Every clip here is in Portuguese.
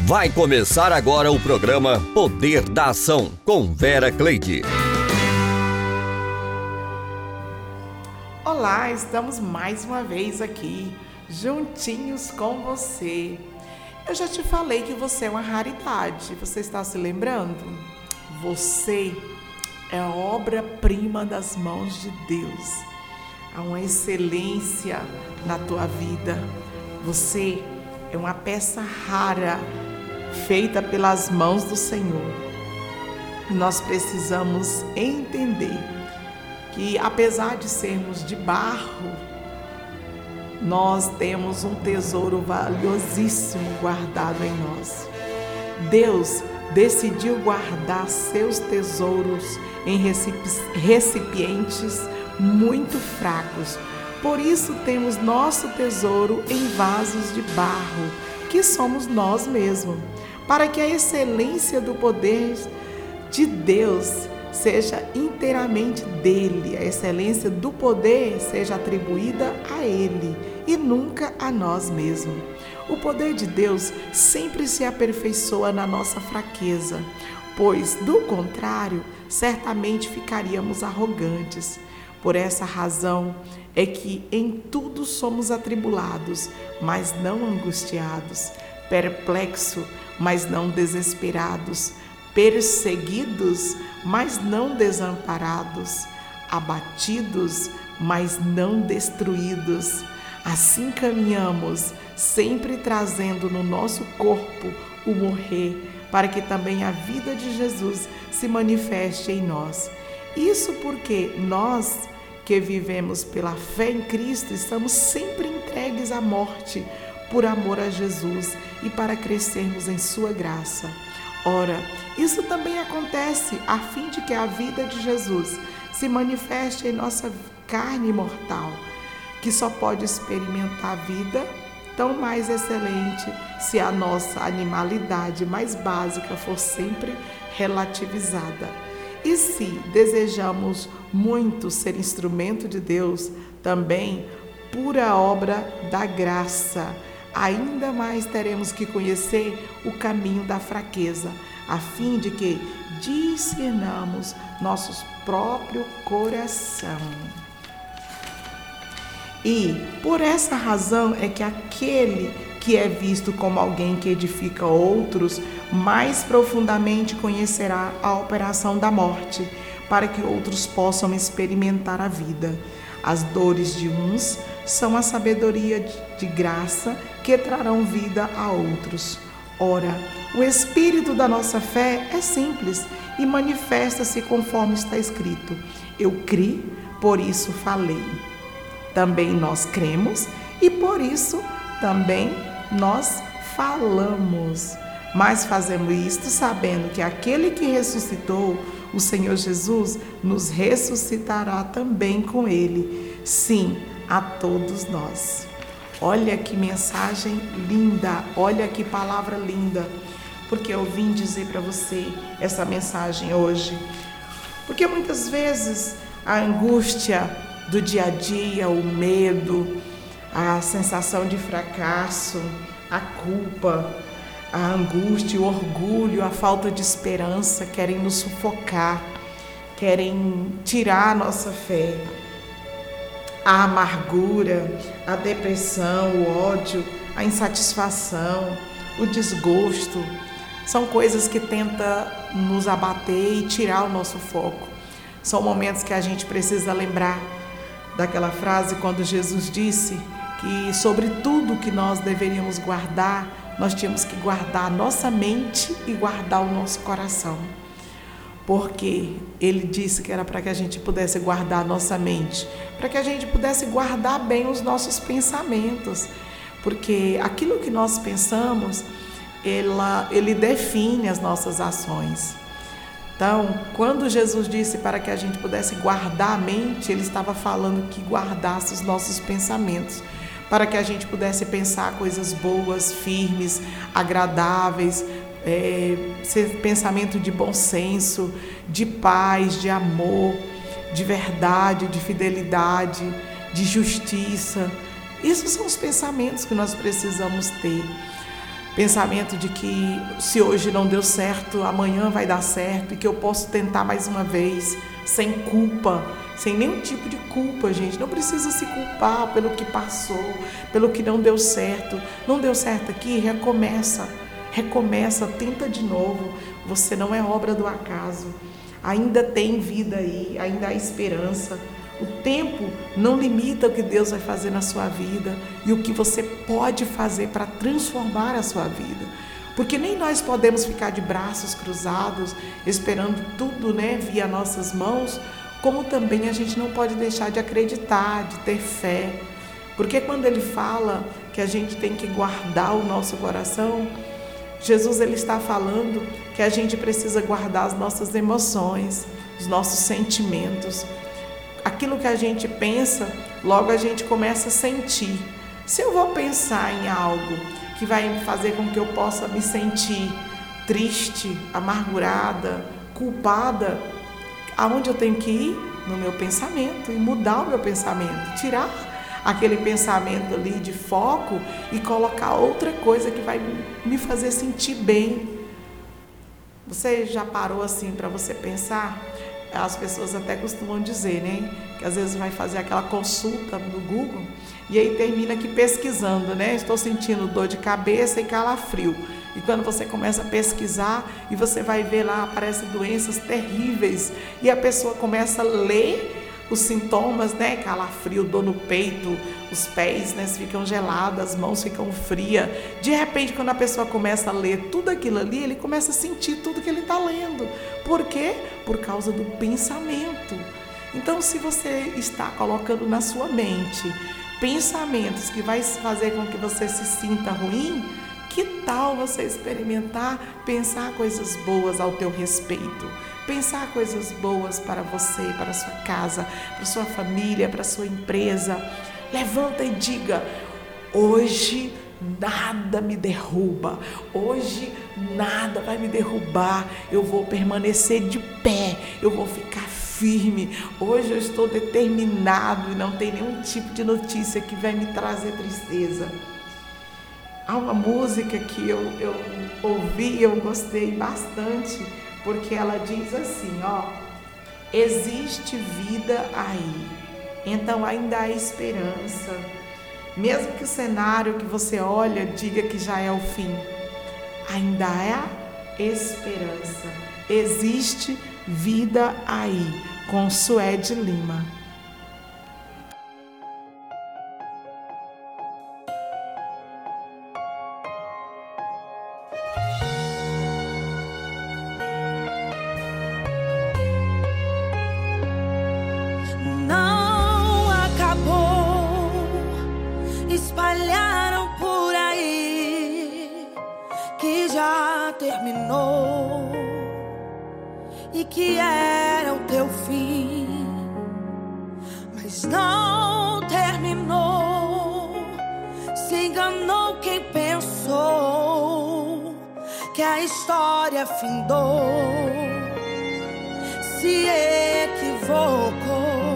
Vai começar agora o programa Poder da Ação, com Vera Cleide. Olá, estamos mais uma vez aqui, juntinhos com você. Eu já te falei que você é uma raridade, você está se lembrando? Você é a obra-prima das mãos de Deus. Há uma excelência na tua vida. Você é uma peça rara, feita pelas mãos do Senhor. Nós precisamos entender que, apesar de sermos de barro, nós temos um tesouro valiosíssimo guardado em nós. Deus decidiu guardar seus tesouros em recipientes muito fracos. Por isso temos nosso tesouro em vasos de barro, que somos nós mesmos, para que a excelência do poder de Deus seja inteiramente dele, a excelência do poder seja atribuída a ele e nunca a nós mesmos. O poder de Deus sempre se aperfeiçoa na nossa fraqueza, pois, do contrário, certamente ficaríamos arrogantes. Por essa razão é que em tudo somos atribulados, mas não angustiados, perplexos, mas não desesperados, perseguidos, mas não desamparados, abatidos, mas não destruídos. Assim caminhamos, sempre trazendo no nosso corpo o morrer, para que também a vida de Jesus se manifeste em nós. Isso porque nós, que vivemos pela fé em Cristo, estamos sempre entregues à morte por amor a Jesus e para crescermos em sua graça. Ora, isso também acontece a fim de que a vida de Jesus se manifeste em nossa carne mortal, que só pode experimentar a vida tão mais excelente se a nossa animalidade mais básica for sempre relativizada. E se desejamos muito ser instrumento de Deus, também pura obra da graça, ainda mais teremos que conhecer o caminho da fraqueza, a fim de que discernamos nosso próprio coração. E por essa razão é que aquele que é visto como alguém que edifica outros, mais profundamente conhecerá a operação da morte, para que outros possam experimentar a vida. As dores de uns são a sabedoria de graça que trarão vida a outros. Ora, o espírito da nossa fé é simples e manifesta-se conforme está escrito: eu criei, por isso falei. Também nós cremos e por isso também nós falamos. Mas fazemos isto sabendo que aquele que ressuscitou, o Senhor Jesus, nos ressuscitará também com ele. Sim, a todos nós. Olha que mensagem linda, olha que palavra linda, porque eu vim dizer para você essa mensagem hoje. Porque muitas vezes a angústia do dia a dia, o medo, a sensação de fracasso, a culpa, a angústia, o orgulho, a falta de esperança querem nos sufocar, querem tirar a nossa fé. A amargura, a depressão, o ódio, a insatisfação, o desgosto, são coisas que tentam nos abater e tirar o nosso foco. São momentos que a gente precisa lembrar daquela frase quando Jesus disse que sobre tudo que nós deveríamos guardar, nós tínhamos que guardar a nossa mente e guardar o nosso coração. Porque ele disse que era para que a gente pudesse guardar a nossa mente, para que a gente pudesse guardar bem os nossos pensamentos. Porque aquilo que nós pensamos, ele define as nossas ações. Então, quando Jesus disse para que a gente pudesse guardar a mente, ele estava falando que guardasse os nossos pensamentos, para que a gente pudesse pensar coisas boas, firmes, agradáveis, pensamento de bom senso, de paz, de amor, de verdade, de fidelidade, de justiça. Esses são os pensamentos que nós precisamos ter. pensamento de que se hoje não deu certo, amanhã vai dar certo e que eu posso tentar mais uma vez, sem culpa, sem nenhum tipo de culpa, gente. Não precisa se culpar pelo que passou, pelo que não deu certo. Não deu certo aqui, recomeça, tenta de novo. Você não é obra do acaso. Ainda tem vida aí, ainda há esperança. O tempo não limita o que Deus vai fazer na sua vida e o que você pode fazer para transformar a sua vida. Porque nem nós podemos ficar de braços cruzados, esperando tudo, via nossas mãos, como também a gente não pode deixar de acreditar, de ter fé. Porque quando ele fala que a gente tem que guardar o nosso coração, Jesus ele está falando que a gente precisa guardar as nossas emoções, os nossos sentimentos. Aquilo que a gente pensa, logo a gente começa a sentir. Se eu vou pensar em algo que vai fazer com que eu possa me sentir triste, amargurada, culpada, aonde eu tenho que ir? No meu pensamento, e mudar o meu pensamento, tirar aquele pensamento ali de foco e colocar outra coisa que vai me fazer sentir bem. Você já parou assim para você pensar? As pessoas até costumam dizer, que às vezes vai fazer aquela consulta no Google e aí termina aqui pesquisando, estou sentindo dor de cabeça e calafrio. E quando você começa a pesquisar e você vai ver lá, aparecem doenças terríveis e a pessoa começa a ler os sintomas, calafrio, dor no peito, os pés, ficam gelados, as mãos ficam frias. De repente, quando a pessoa começa a ler tudo aquilo ali, ele começa a sentir tudo que ele está lendo. Por quê? Por causa do pensamento. Então, se você está colocando na sua mente pensamentos que vai fazer com que você se sinta ruim, que tal você experimentar pensar coisas boas ao teu respeito? Pensar coisas boas para você, para a sua casa, para a sua família, para a sua empresa. Levanta e diga: hoje nada me derruba, hoje nada vai me derrubar, eu vou permanecer de pé, eu vou ficar firme, hoje eu estou determinado e não tem nenhum tipo de notícia que vai me trazer tristeza. Há uma música que eu ouvi e eu gostei bastante, porque ela diz assim, existe vida aí, então ainda há esperança. Mesmo que o cenário que você olha diga que já é o fim, ainda há esperança. Existe vida aí, com Suede Lima. Espalharam por aí que já terminou e que era o teu fim, mas não terminou. Se enganou quem pensou que a história findou, se equivocou.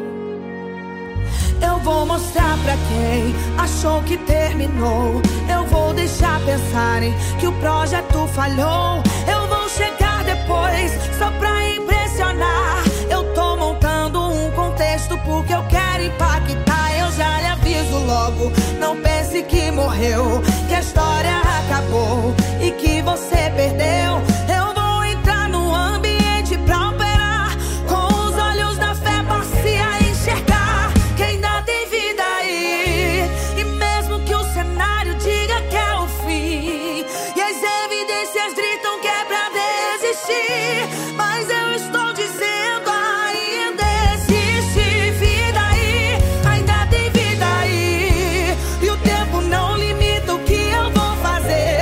Eu vou mostrar pra quem achou que terminou. Eu vou deixar pensarem que o projeto falhou. Eu vou chegar depois só pra impressionar. Eu tô montando um contexto porque eu quero impactar. Eu já lhe aviso logo, não pense que morreu, que a história acabou e que você perdeu. Eu vou entrar no ambiente pra operar com os olhos da fé, passe a enxergar que ainda tem vida aí. E mesmo que o cenário diga que é o fim e as evidências gritam que é pra desistir, mas eu estou dizendo ainda existe vida aí, ainda tem vida aí. E o tempo não limita o que eu vou fazer.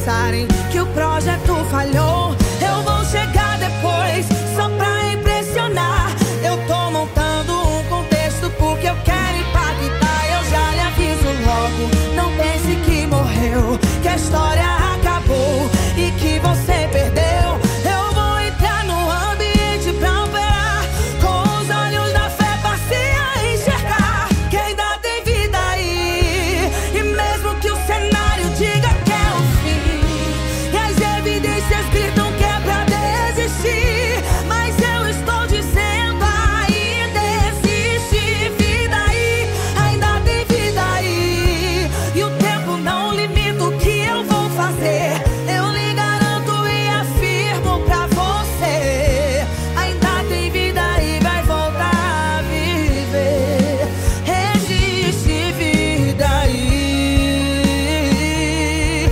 pensarem que o projeto falhou. Eu vou chegar depois só pra impressionar. Eu tô montando um contexto porque eu quero impactar. Eu já lhe aviso logo, não pense que morreu, que a história acabou e que você perdeu. Eu vou entrar no ambiente pra operar, com os olhos da fé passei a enxergar que ainda tem vida aí. E mesmo que o cenário diga que é o fim, e as evidências gritam que é pra desistir, mas eu estou dizendo ainda existe vida aí, ainda tem vida aí. E o tempo não limita o que eu vou fazer. Eu lhe garanto e afirmo pra você, ainda tem vida aí, vai voltar a viver. Existe vida aí.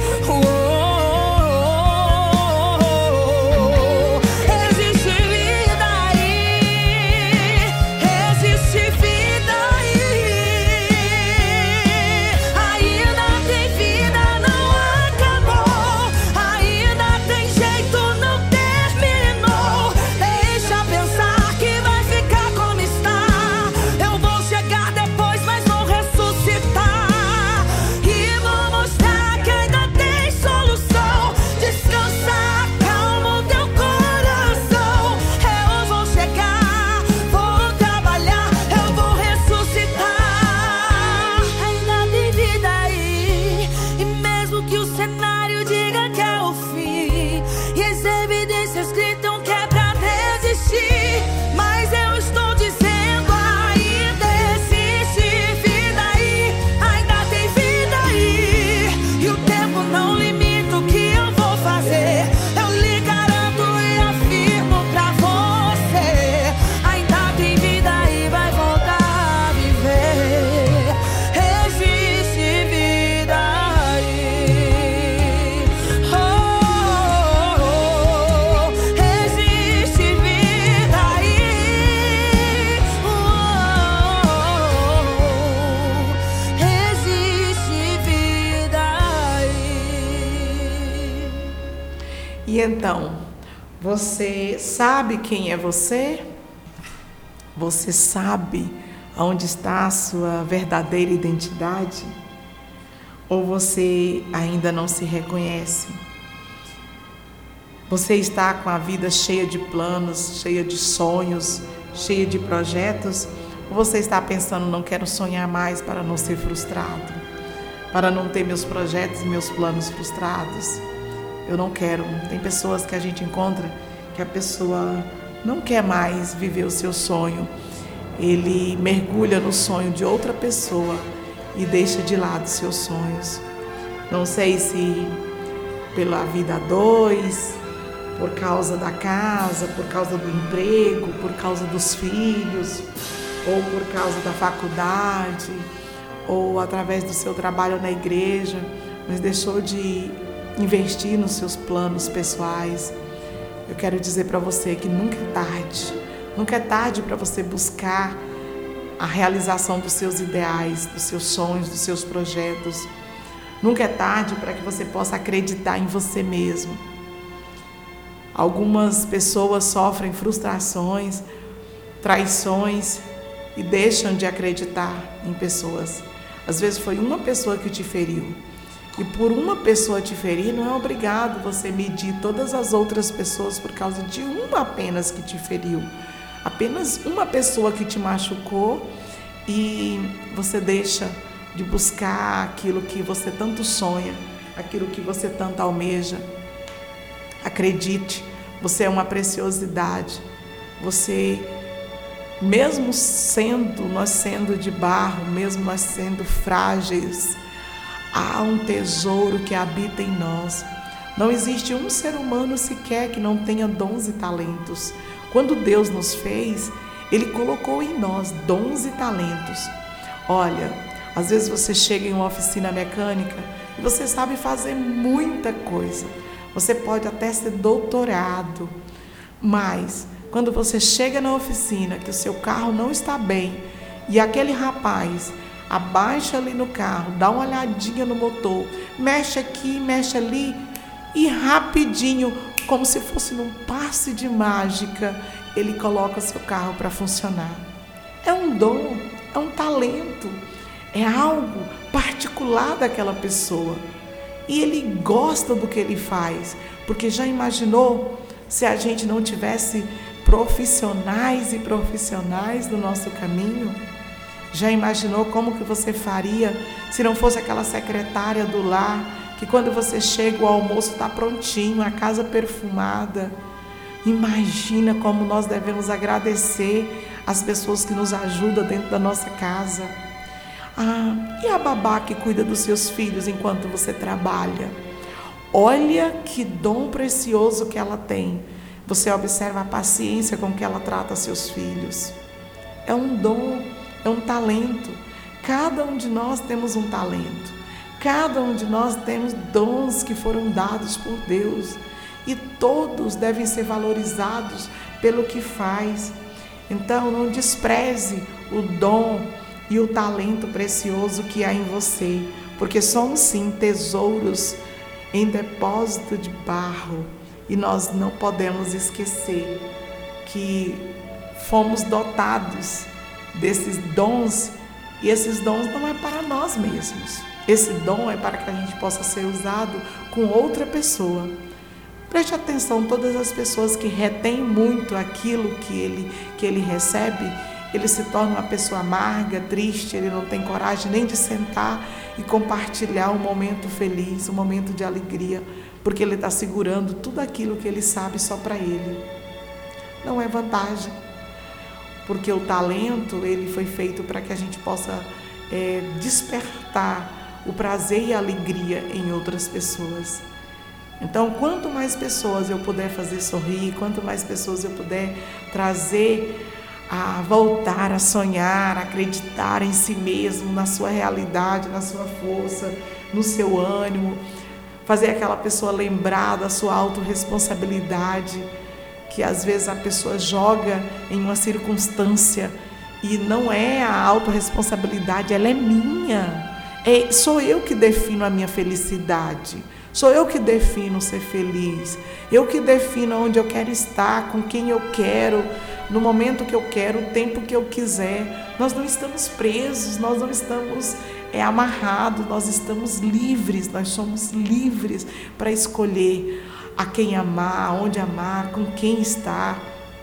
Existe vida aí. Existe vida aí. Ainda tem vida, não acabou. Ainda tem jeito, não terminou. Deixa pensar que vai ficar como está. Eu vou chegar depois, mas vou ressuscitar e vou mostrar que ainda tem solução. Descansa, calma o teu coração. Eu vou chegar, vou trabalhar, eu vou ressuscitar. Ainda tem vida aí, e mesmo que o cenário diga que é o fim, e as evidências gritam que é pra desistir, mas eu estou dizendo ainda existe vida aí, ainda tem vida aí. E o tempo não limita o que eu vou fazer. Eu lhe garanto e afirmo pra você, ainda tem vida aí, vai voltar a viver. Existe vida aí. Existe vida aí. Existe vida aí. E então, você sabe quem é você? Você sabe onde está a sua verdadeira identidade? Ou você ainda não se reconhece? Você está com a vida cheia de planos, cheia de sonhos, cheia de projetos? Ou você está pensando, não quero sonhar mais para não ser frustrado, para não ter meus projetos e meus planos frustrados? Eu não quero. Tem pessoas que a gente encontra que a pessoa não quer mais viver o seu sonho. Ele mergulha no sonho de outra pessoa e deixa de lado seus sonhos. Não sei se pela vida a dois, por causa da casa, por causa do emprego, por causa dos filhos, ou por causa da faculdade, ou através do seu trabalho na igreja, mas deixou de investir nos seus planos pessoais. Eu quero dizer para você que nunca é tarde. Nunca é tarde para você buscar a realização dos seus ideais, dos seus sonhos, dos seus projetos. Nunca é tarde para que você possa acreditar em você mesmo. Algumas pessoas sofrem frustrações, traições e deixam de acreditar em pessoas. Às vezes foi uma pessoa que te feriu. E por uma pessoa te ferir, não é obrigado você medir todas as outras pessoas por causa de uma apenas que te feriu. Apenas uma pessoa que te machucou e você deixa de buscar aquilo que você tanto sonha, aquilo que você tanto almeja. Acredite, você é uma preciosidade. Você, mesmo nós sendo de barro, mesmo nós sendo frágeis, há um tesouro que habita em nós. Não existe um ser humano sequer que não tenha dons e talentos. Quando Deus nos fez, Ele colocou em nós dons e talentos. Olha, às vezes você chega em uma oficina mecânica e você sabe fazer muita coisa. Você pode até ser doutorado, mas quando você chega na oficina que o seu carro não está bem e aquele rapaz abaixa ali no carro, dá uma olhadinha no motor, mexe aqui, mexe ali, e rapidinho, como se fosse num passe de mágica, Ele coloca o seu carro para funcionar. É um dom, é um talento, é algo particular daquela pessoa. E Ele gosta do que Ele faz, porque já imaginou se a gente não tivesse profissionais e profissionais no nosso caminho? Já imaginou como que você faria se não fosse aquela secretária do lar, que quando você chega o almoço está prontinho, a casa perfumada? Imagina como nós devemos agradecer as pessoas que nos ajudam dentro da nossa casa. E a babá que cuida dos seus filhos enquanto você trabalha? Olha que dom precioso que ela tem. Você observa a paciência com que ela trata seus filhos. É um dom, é um talento. Cada um de nós temos um talento. Cada um de nós temos dons que foram dados por Deus. E todos devem ser valorizados pelo que faz. Então, não despreze o dom e o talento precioso que há em você, porque somos sim tesouros em depósito de barro, e nós não podemos esquecer que fomos dotados desses dons, e esses dons não é para nós mesmos. Esse dom é para que a gente possa ser usado com outra pessoa. Preste atenção, todas as pessoas que retêm muito aquilo que ele recebe, ele se torna uma pessoa amarga, triste, ele não tem coragem nem de sentar e compartilhar um momento feliz, um momento de alegria, porque ele está segurando tudo aquilo que ele sabe só para ele. Não é vantagem, porque o talento ele foi feito para que a gente possa despertar o prazer e a alegria em outras pessoas. Então, quanto mais pessoas eu puder fazer sorrir, quanto mais pessoas eu puder trazer a voltar a sonhar, a acreditar em si mesmo, na sua realidade, na sua força, no seu ânimo, fazer aquela pessoa lembrar da sua autorresponsabilidade, que às vezes a pessoa joga em uma circunstância e não é a autorresponsabilidade, ela é minha. Sou eu que defino a minha felicidade. Sou eu que defino ser feliz, eu que defino onde eu quero estar, com quem eu quero, no momento que eu quero, o tempo que eu quiser. Nós não estamos presos, nós não estamos amarrados, nós estamos livres, nós somos livres para escolher a quem amar, onde amar, com quem estar.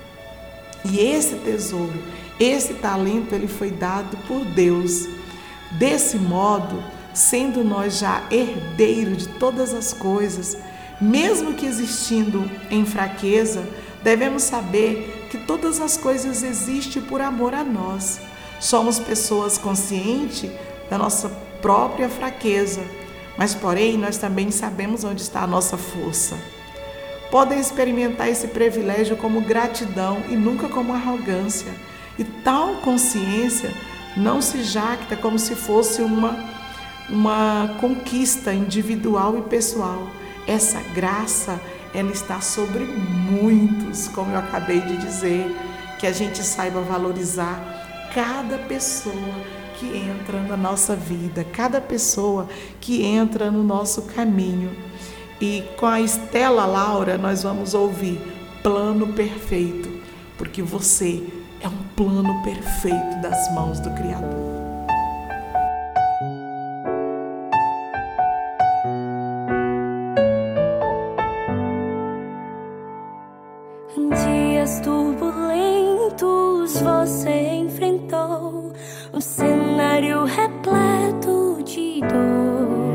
E esse tesouro, esse talento, ele foi dado por Deus. Desse modo, sendo nós já herdeiros de todas as coisas, mesmo que existindo em fraqueza, devemos saber que todas as coisas existem por amor a nós. Somos pessoas conscientes da nossa própria fraqueza, mas porém nós também sabemos onde está a nossa força. Podem experimentar esse privilégio como gratidão e nunca como arrogância. E tal consciência não se jacta como se fosse uma conquista individual e pessoal. Essa graça, ela está sobre muitos, como eu acabei de dizer, que a gente saiba valorizar cada pessoa que entra na nossa vida, cada pessoa que entra no nosso caminho. E com a Estela Laura nós vamos ouvir Plano Perfeito, porque você é um plano perfeito das mãos do Criador. Dias turbulentos você enfrentou, um cenário repleto de dor.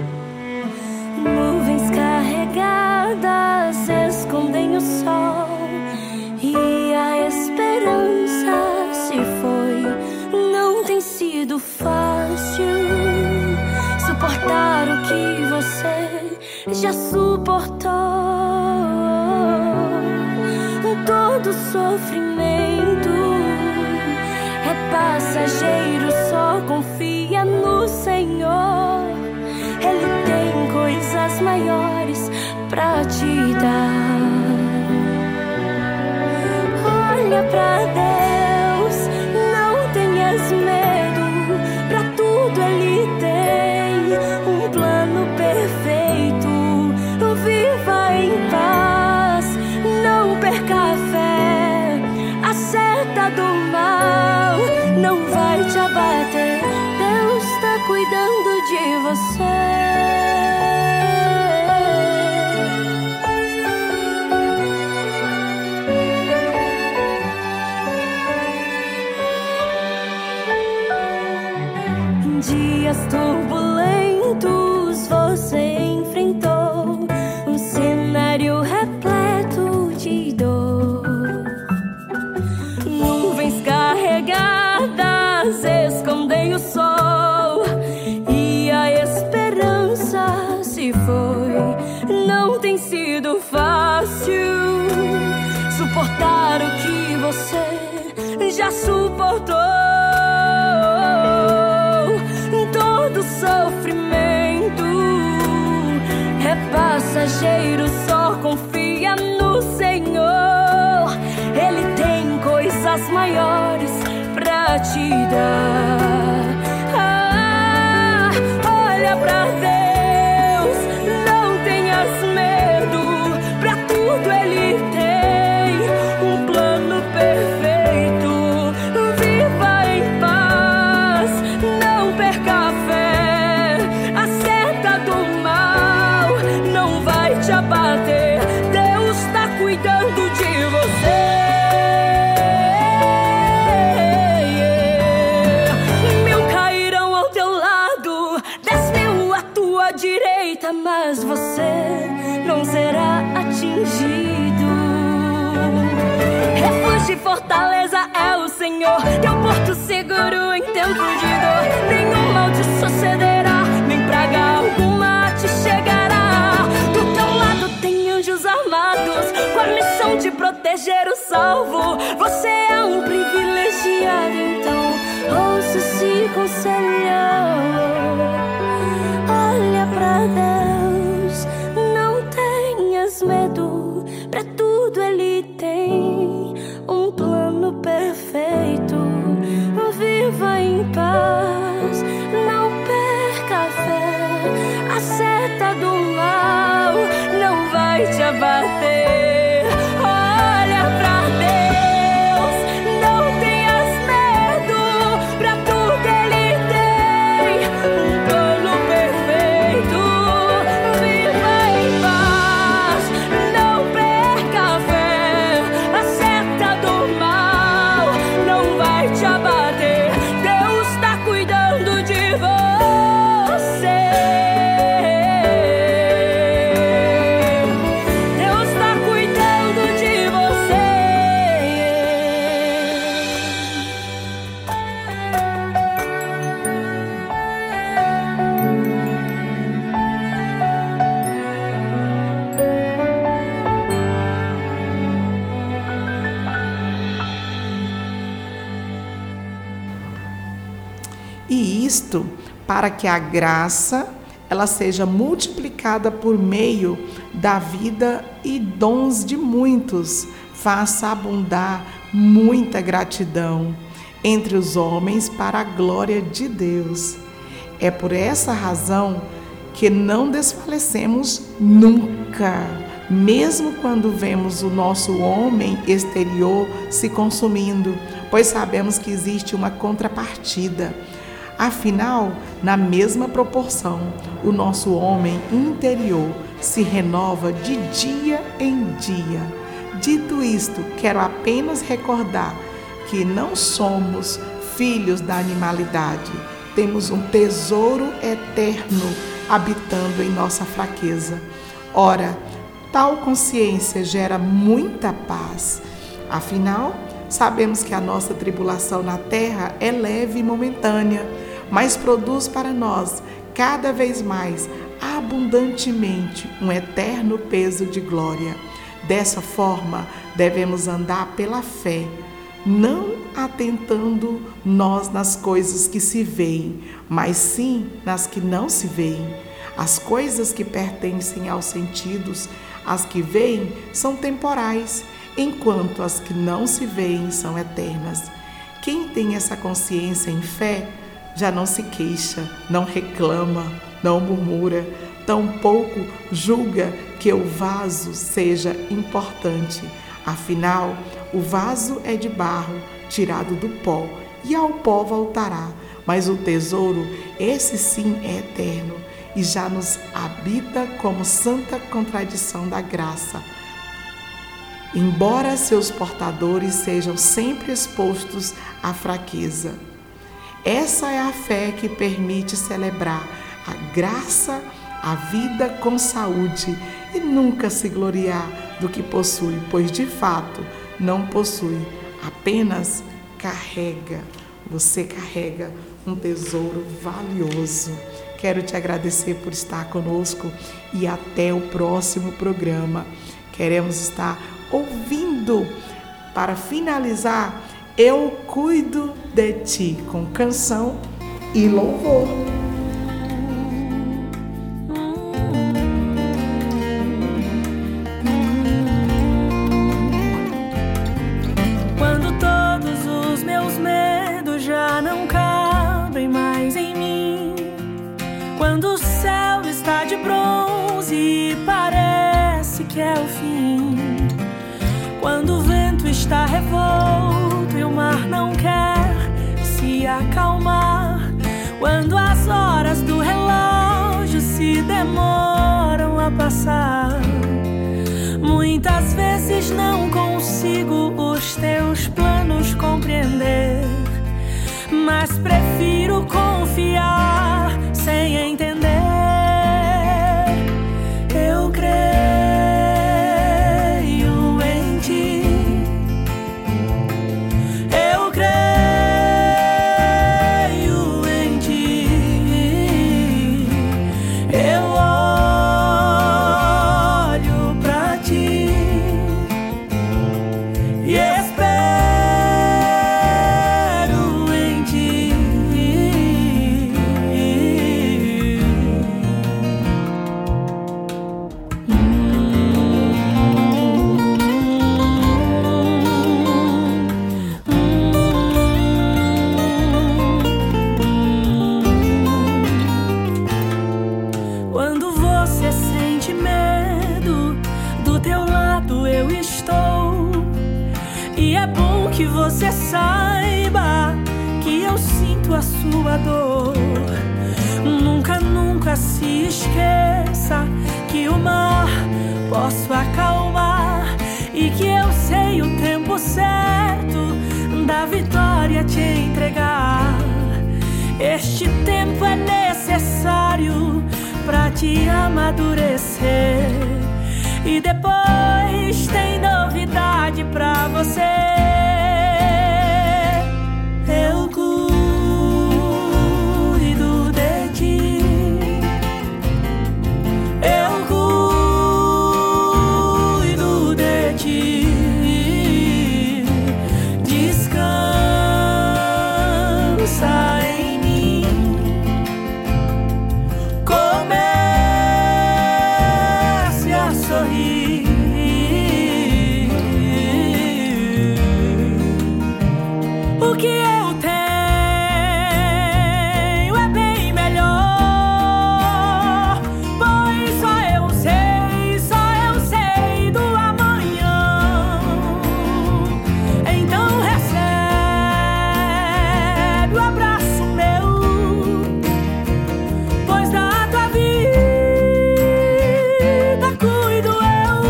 Nuvens carregadas escondem o sol e a esperança se foi. Não tem sido fácil suportar o que você já suportou. Todo sofrimento é passageiro, só confia no Senhor. Ele tem coisas maiores pra te dar. Olha pra Deus, não tenhas medo, pra tudo Ele tem um plano perfeito. não tem sido fácil suportar o que você já suportou. Todo sofrimento é passageiro, só confia no Senhor. Ele tem coisas maiores pra te dar. Olha pra Deus, não tenhas medo, pra tudo Ele tem um plano perfeito. Viva em paz, não perca a fé, a seta do mal não vai te abater. Deus tá cuidando de você. Direita, mas você não será atingido. Refúgio e fortaleza é o Senhor, teu porto seguro em tempo de dor. Nenhum mal te sucederá, nem praga alguma te chegará. Do teu lado tem anjos armados, com a missão de proteger o salvo. Você é um privilegiado, então ouça esse conselho. Olha pra Deus, não tenhas medo, pra tudo Ele tem um plano perfeito. Viva em paz, não perca a fé, a seta do mal não vai te abater. Olha pra Deus, não tenhas medo, pra tudo Ele tem um plano perfeito. Viva em paz, não perca a fé, a seta do mal não vai te abater. Deus tá cuidando de você. Deus tá cuidando de você. E isto para que a graça ela seja multiplicada por meio da vida e dons de muitos, faça abundar muita gratidão entre os homens para a glória de Deus. É por essa razão que não desfalecemos nunca, mesmo quando vemos o nosso homem exterior se consumindo, pois sabemos que existe uma contrapartida. Afinal, na mesma proporção, o nosso homem interior se renova de dia em dia. Dito isto, quero apenas recordar que não somos filhos da animalidade. Temos um tesouro eterno habitando em nossa fraqueza. Ora, tal consciência gera muita paz. Afinal, sabemos que a nossa tribulação na terra é leve e momentânea, mas produz para nós, cada vez mais, abundantemente, um eterno peso de glória. Dessa forma, devemos andar pela fé, não atentando nós nas coisas que se veem, mas sim nas que não se veem. As coisas que pertencem aos sentidos, as que veem, são temporais, enquanto as que não se veem são eternas. Quem tem essa consciência em fé, já não se queixa, não reclama, não murmura, tampouco julga que o vaso seja importante. Afinal, o vaso é de barro, tirado do pó, e ao pó voltará. Mas o tesouro, esse sim é eterno, e já nos habita como santa contradição da graça. Embora seus portadores sejam sempre expostos à fraqueza. Essa é a fé que permite celebrar a graça, a vida com saúde e nunca se gloriar do que possui, pois de fato não possui, apenas carrega. Você carrega um tesouro valioso. Quero te agradecer por estar conosco e até o próximo programa. Queremos estar ouvindo, para finalizar, Eu Cuido de Ti, com canção e louvor. Quando todos os meus medos já não cabem mais em mim, quando o céu está de bronze e parece que é o fim, quando o vento está revolto e o mar não quer se acalmar, quando as horas do relógio se demoram a passar, muitas vezes não consigo os teus planos compreender, mas prefiro confiar sem entender. Eu creio em ti. Eu creio em ti. Eu olho pra ti e espero em ti. Quando você sente medo, do teu lado eu estou. E é bom que você saiba que eu sinto a sua dor. Nunca, nunca se esqueça que o mar posso acalmar e que eu sei o tempo certo da vitória te entregar. Este tempo é necessário pra te amadurecer e depois tem novidade pra você. Eu cuido de ti. Eu cuido de ti. Descansa em mim. Comece a sorrir. O que eu tenho é bem melhor, pois só eu sei do amanhã. Então recebe o abraço meu, pois da tua vida cuido eu.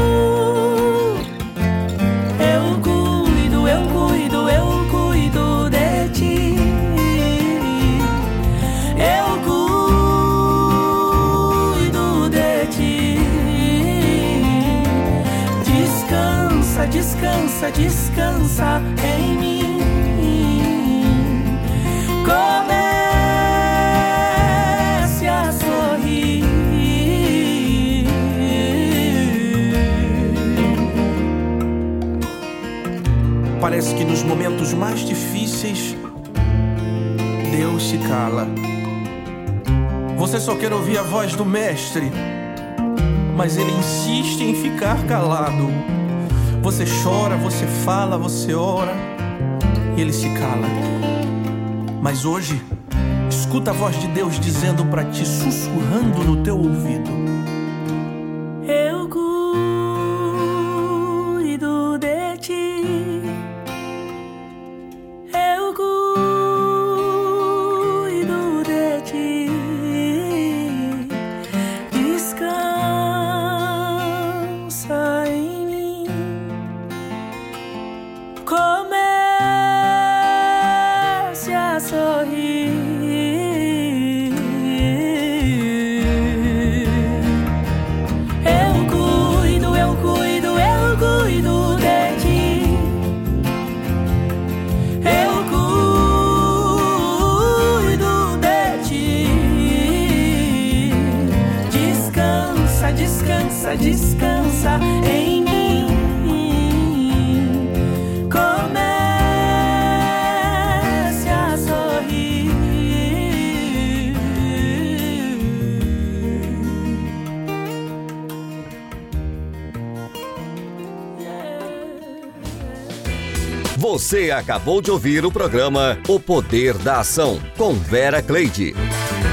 Eu cuido, eu cuido, eu cuido de ti. Eu cuido de ti. Descansa, descansa, descansa em mim. Comece a sorrir. Parece que nos momentos mais difíceis, Deus se cala. Você só quer ouvir a voz do mestre, mas ele insiste em ficar calado. Você chora, você fala, você ora, e ele se cala. Mas hoje, escuta a voz de Deus dizendo pra ti, sussurrando no teu ouvido: Eu cuido de ti. Eu cuido de ti. Descansa em mim. Comece a sorrir. descansa, descansa em mim. Comece a sorrir. Você acabou de ouvir o programa O Poder da Ação, com Vera Cleide.